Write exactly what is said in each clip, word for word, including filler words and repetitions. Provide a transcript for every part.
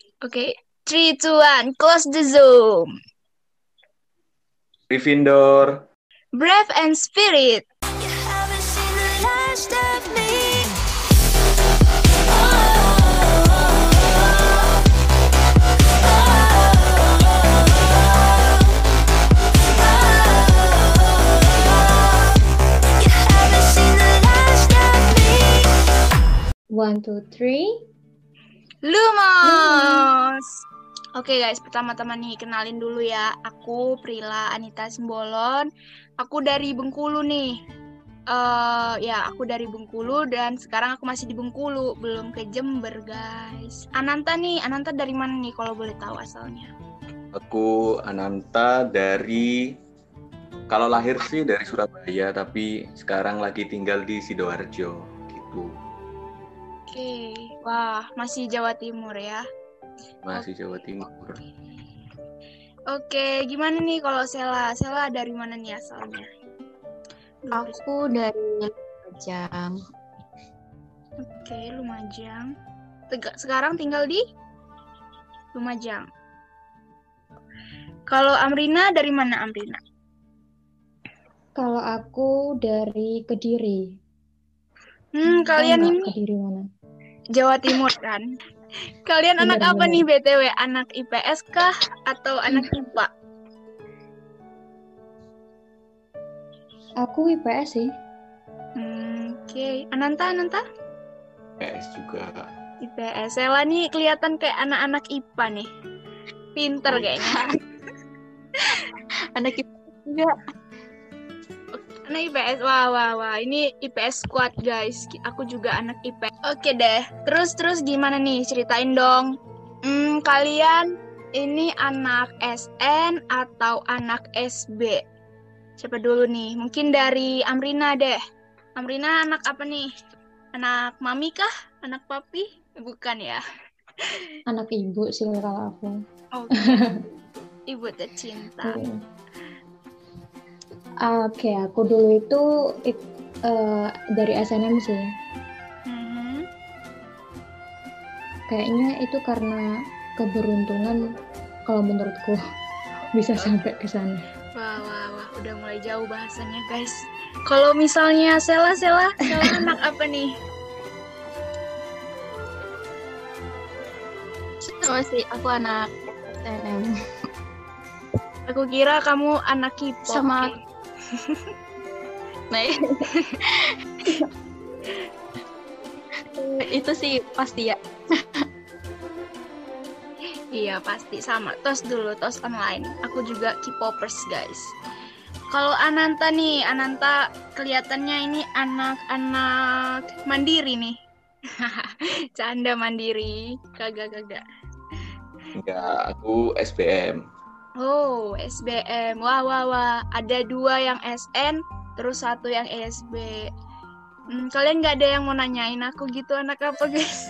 Oke, three, two, one, close the Zoom. Gryffindor. Brave and Spirit. You haven't seen the last of me. You haven't seen the last of me. One, two, three. Lumos. Oke guys, pertama-tama nih kenalin dulu ya. Aku Prila Anita Simbolon. Aku dari Bengkulu nih. Uh, ya, aku dari Bengkulu dan sekarang aku masih di Bengkulu, belum ke Jember guys. Ananta nih, Ananta dari mana nih kalau boleh tahu asalnya? Aku Ananta dari, kalau lahir sih dari Surabaya, tapi sekarang lagi tinggal di Sidoarjo gitu. Oke, wah masih Jawa Timur ya? Masih Jawa Timur. Oke, gimana nih kalau Sela? Sela dari mana nih asalnya? Aku dari Lumajang. Oke, Lumajang. Tega- sekarang tinggal di Lumajang. Kalau Amrina dari mana Amrina? Kalau aku dari Kediri. Hmm, Tahu kalian nggak ini Kediri mana? Jawa Timur kan? Kalian anak Bener, apa bener. nih B T W? Anak I P S kah atau anak I P A? Aku I P S sih. Hmm, Oke, Ananta, Ananta? P S juga. I P S. Sela nih kelihatan kayak anak-anak I P A nih. Pinter kayaknya. Anak I P S juga. Anak I P S, wah wah wah, ini I P S squad guys. Aku juga anak I P S. Oke deh, terus terus gimana nih? Ceritain dong. Hmm, kalian ini anak S N atau anak S B? Siapa dulu nih? Mungkin dari Amrina deh. Amrina anak apa nih? Anak mami kah? Anak papi? Bukan ya? Anak ibu sih kalau aku. Oke. Ibu tercinta. Hmm. Oke, aku dulu itu ik- eh, dari S N M sih. Mhm. Kayaknya itu karena keberuntungan kalau menurutku bisa sampai ke sana. Wah, wah, wah, udah mulai jauh bahasanya guys. Kalau misalnya Sela, Sela, Sela anak apa nih? Sama sih, aku anak S N M. Aku kira kamu anak K-pop. Sama- Oke. Nah, itu sih pasti ya. Iya pasti sama. Tos dulu, tos online. Aku juga K-popers guys. Kalau Ananta nih, Ananta kelihatannya ini anak-anak mandiri nih. Canda mandiri, kagak kagak. Enggak, aku S B M. Oh, S B M. Wah, wah, wah. Ada dua yang S N, terus satu yang S B. Hmm, kalian nggak ada yang mau nanyain aku gitu anak apa guys?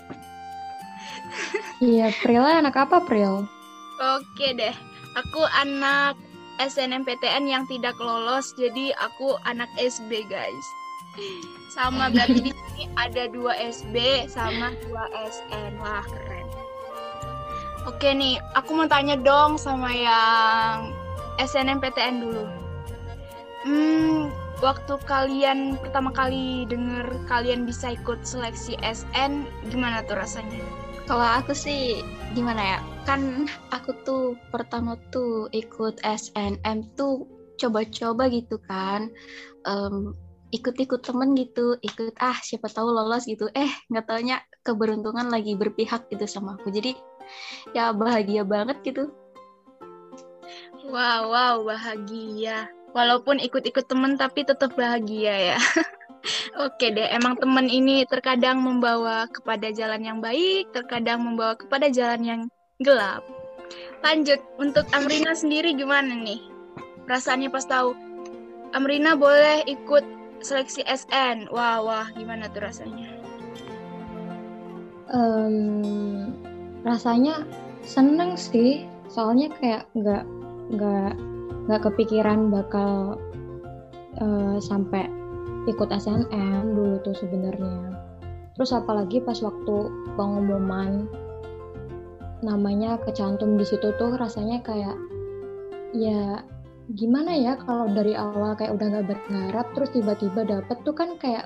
Iya, Pril anak apa Pril? Oke deh, aku anak S N M P T N yang tidak lolos, jadi aku anak S B guys. Sama berarti di sini ada dua S B sama dua S N. Wah keren. Oke nih, aku mau tanya dong sama yang S N M P T N dulu. Hmm, waktu kalian pertama kali denger kalian bisa ikut seleksi S N, gimana tuh rasanya? Kalau aku sih gimana ya? Kan aku tuh pertama tuh ikut S N M tuh coba-coba gitu kan. Em, ikut-ikut temen gitu, ikut ah siapa tahu lolos gitu. Eh nggak taunya keberuntungan lagi berpihak gitu sama aku. Jadi ya bahagia banget gitu. Wow, wow, bahagia. Walaupun ikut-ikut temen tapi tetap bahagia ya. Oke deh, emang temen ini terkadang membawa kepada jalan yang baik, terkadang membawa kepada jalan yang gelap. Lanjut, untuk Amrina sendiri gimana nih? Perasaannya pas tahu Amrina boleh ikut seleksi S N. Wah, wah, gimana tuh rasanya? Em, rasanya seneng sih, soalnya kayak nggak nggak nggak kepikiran bakal eh, sampai ikut S N M dulu tuh sebenarnya. Terus apalagi pas waktu pengumuman namanya kecantum di situ tuh rasanya kayak ya gimana ya, kalau dari awal kayak udah nggak berharap terus tiba-tiba dapet tuh kan kayak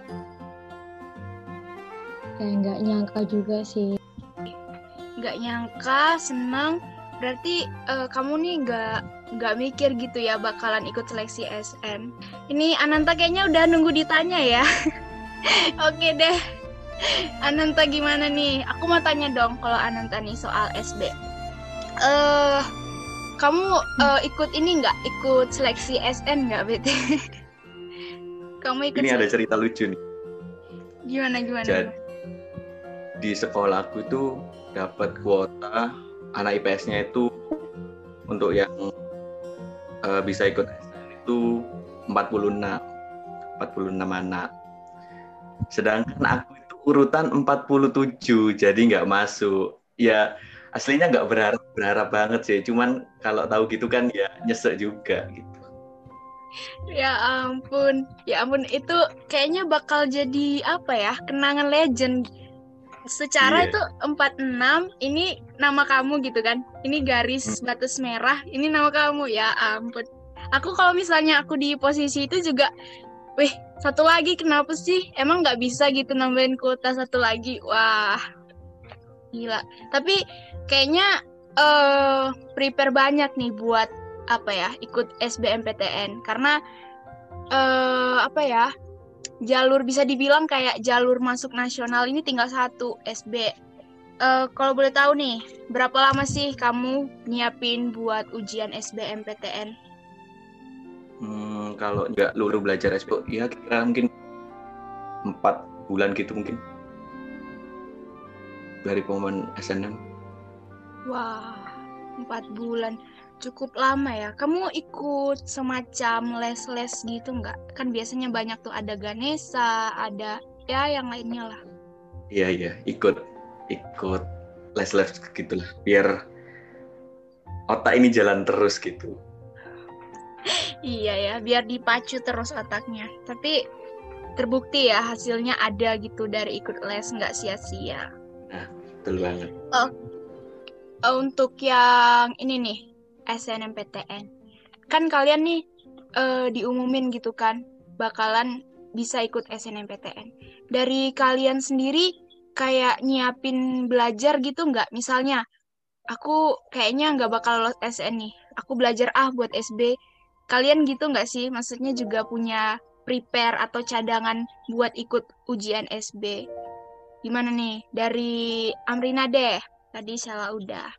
kayak nggak nyangka juga sih. Nggak nyangka, senang. Berarti eh, kamu nih nggak nggak mikir gitu ya bakalan ikut seleksi S N. Ini Ananta kayaknya udah nunggu ditanya ya. Oke deh. Ananta gimana nih? Aku mau tanya dong kalau Ananta nih soal S B. Eh, kamu eh, ikut ini nggak? Ikut seleksi S N nggak, B T? Kamu ikut Ini ada seleksi? cerita lucu nih. Gimana gimana? Jadi di sekolahku itu dapat kuota anak I P S-nya itu untuk yang eh, bisa ikut S N itu empat puluh enam anak. Sedangkan aku itu urutan empat puluh tujuh, jadi nggak masuk. Ya aslinya nggak berharap berharap banget sih, cuman kalau tahu gitu kan ya nyesek juga gitu. Ya ampun, ya ampun, itu kayaknya bakal jadi apa ya, kenangan legend. Secara Iya. itu empat puluh enam, ini nama kamu gitu kan, ini garis batas merah, ini nama kamu, ya ampun. Aku kalau misalnya aku di posisi itu juga, wih, satu lagi kenapa sih? Emang nggak bisa gitu nambahin kuota satu lagi? Wah, gila. Tapi kayaknya eh prepare banyak nih buat apa ya, ikut S B M P T N. Karena eh apa ya, jalur bisa dibilang kayak jalur masuk nasional ini tinggal satu, S B. Eh kalau boleh tahu nih, berapa lama sih kamu nyiapin buat ujian S B M P T N? Hmm, kalau nggak lulu belajar S B, ya kira mungkin empat bulan gitu mungkin dari pengumuman S N M. Wah, empat bulan. Cukup lama ya. Kamu ikut semacam les-les gitu nggak? Kan biasanya banyak tuh, ada Ganesha, ada ya yang lainnya lah. Iya iya, ikut ikut les-les gitu lah, biar otak ini jalan terus gitu. Iya ya, biar dipacu terus otaknya. Tapi terbukti ya hasilnya ada gitu dari ikut les, nggak sia-sia. Betul banget. Oh, eh, untuk yang ini nih, S N M P T N. Kan kalian nih eh, diumumin gitu kan, bakalan bisa ikut S N M P T N. Dari kalian sendiri kayak nyiapin belajar gitu nggak? Misalnya, aku kayaknya nggak bakal lolos S N nih. Aku belajar ah buat S B. Kalian gitu nggak sih? Maksudnya juga punya prepare atau cadangan buat ikut ujian S B. Gimana nih? Dari Amrina deh. Tadi salah udah.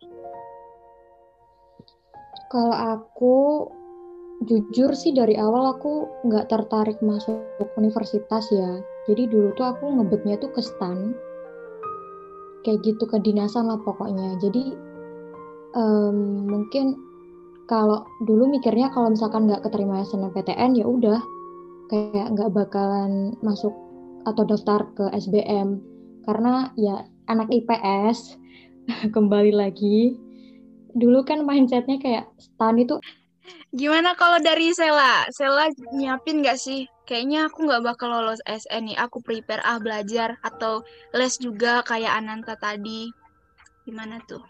Kalau aku jujur sih dari awal aku nggak tertarik masuk universitas ya. Jadi dulu tuh aku ngebetnya tuh ke STAN. Kayak gitu, kedinasan lah pokoknya. Jadi em, mungkin kalau dulu mikirnya kalau misalkan nggak keterima S N M P T N ya udah kayak nggak bakalan masuk atau daftar ke S B M karena ya anak I P S kembali lagi dulu kan mindsetnya kayak STAN itu. Gimana kalau dari Sela? Sela nyiapin nggak sih? Kayaknya aku nggak bakal lolos S N nih. Aku prepare ah belajar atau les juga kayak Ananta tadi. Gimana tuh?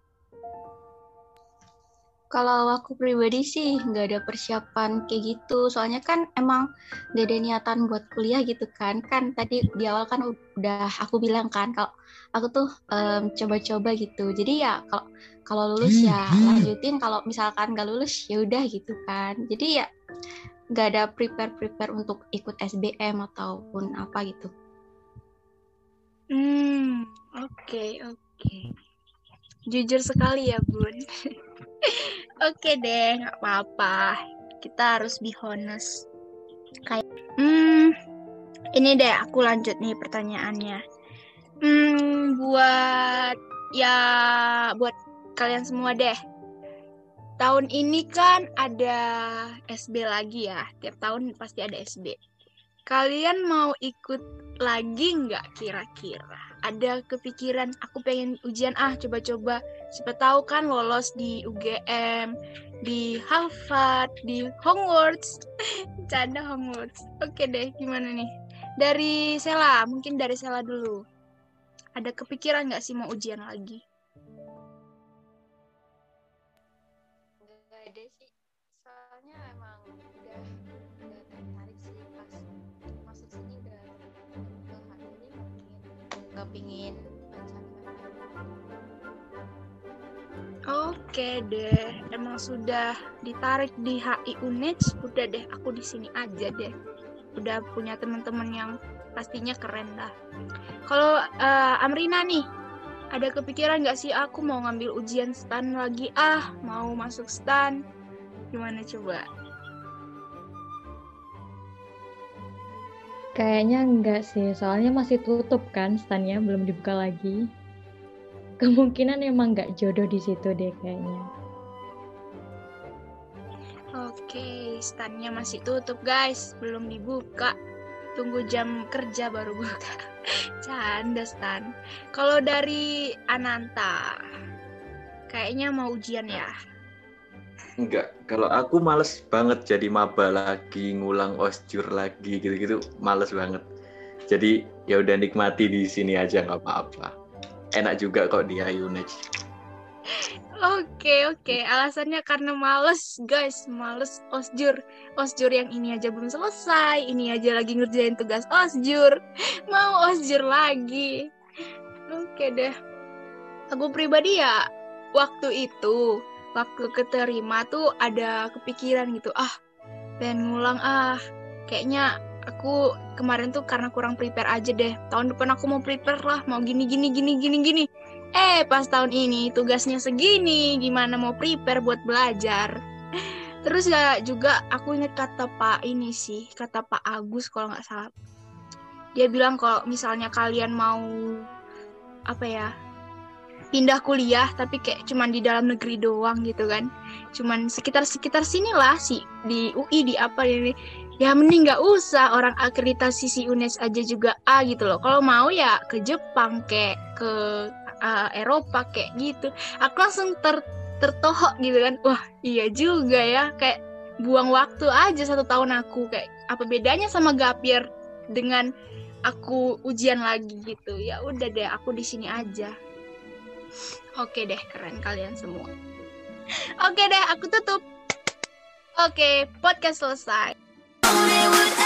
Kalau aku pribadi sih nggak ada persiapan kayak gitu. Soalnya kan emang nggak ada niatan buat kuliah gitu kan. Kan tadi di awal kan udah aku bilang kan kalau aku tuh em, coba-coba gitu. Jadi ya kalau kalau lulus ya lanjutin. Kalau misalkan nggak lulus ya udah gitu kan. Jadi ya nggak ada prepare-prepare untuk ikut S B M ataupun apa gitu. Hmm, oke, oke. Jujur sekali ya, Bun. Oke deh, nggak apa-apa. Kita harus be honest. Kayak, hmm, ini deh, aku lanjut nih pertanyaannya. Hmm, buat ya, buat kalian semua deh. Tahun ini kan ada S B lagi ya. Tiap tahun pasti ada S B. Kalian mau ikut lagi nggak kira-kira? Ada kepikiran, aku pengen ujian ah, coba-coba. Siapa tahu kan lolos di U G M, di Harvard, di Hogwarts. Canda Hogwarts. Oke deh, gimana nih? Dari Sela, mungkin dari Sela dulu. Ada kepikiran nggak sih mau ujian lagi? Nggak ada sih, soalnya emang udah udah tertarik sih pas masuk sini, udah ke H I ini nggak pingin nggak pingin baca. Oke deh, emang sudah ditarik di H I U N E J, udah deh aku di sini aja deh. Udah punya teman-teman yang pastinya keren lah. Kalau uh, Amrina nih, ada kepikiran nggak sih aku mau ngambil ujian stan lagi ah, mau masuk stan? Gimana coba? Kayaknya enggak sih, soalnya masih tutup kan stannya, belum dibuka lagi. Kemungkinan emang nggak jodoh di situ deh kayaknya. Oke, stannya masih tutup guys, belum dibuka. Tunggu jam kerja baru buka. Canda stan. Kalau dari Ananta, kayaknya mau ujian ya? Enggak, kalau aku males banget jadi maba lagi, ngulang osjur lagi gitu-gitu, males banget. Jadi ya udah nikmati di sini aja nggak apa-apa. Enak juga kok di H I U N E J. Oke, oke. Alasannya karena males, guys. Males osjur. Osjur yang ini aja belum selesai. Ini aja lagi ngerjain tugas osjur. Mau osjur lagi. Oke deh. Aku pribadi ya, waktu itu, waktu keterima tuh ada kepikiran gitu. Ah, pengen ngulang ah. Kayaknya aku kemarin tuh karena kurang prepare aja deh. Tahun depan aku mau prepare lah. Mau gini, gini, gini, gini, gini. Eh, pas tahun ini tugasnya segini, gimana mau prepare buat belajar. Terus ya juga aku ingat kata Pak ini sih, kata Pak Agus kalau nggak salah. Dia bilang kalau misalnya kalian mau, apa ya, pindah kuliah tapi kayak cuman di dalam negeri doang gitu kan. Cuman sekitar-sekitar sinilah sih, di U I, di apa ini. Ya mending nggak usah, orang akreditasi si U N E J aja juga A gitu loh. Kalau mau ya ke Jepang, kayak ke uh, Eropa kayak gitu. Aku langsung ter tertohok gitu kan. Wah iya juga ya, kayak buang waktu aja satu tahun aku. Kayak apa bedanya sama gap year dengan aku ujian lagi gitu. Ya udah deh, aku di sini aja. Oke deh, keren kalian semua. Oke deh, aku tutup. Oke, podcast selesai. Only would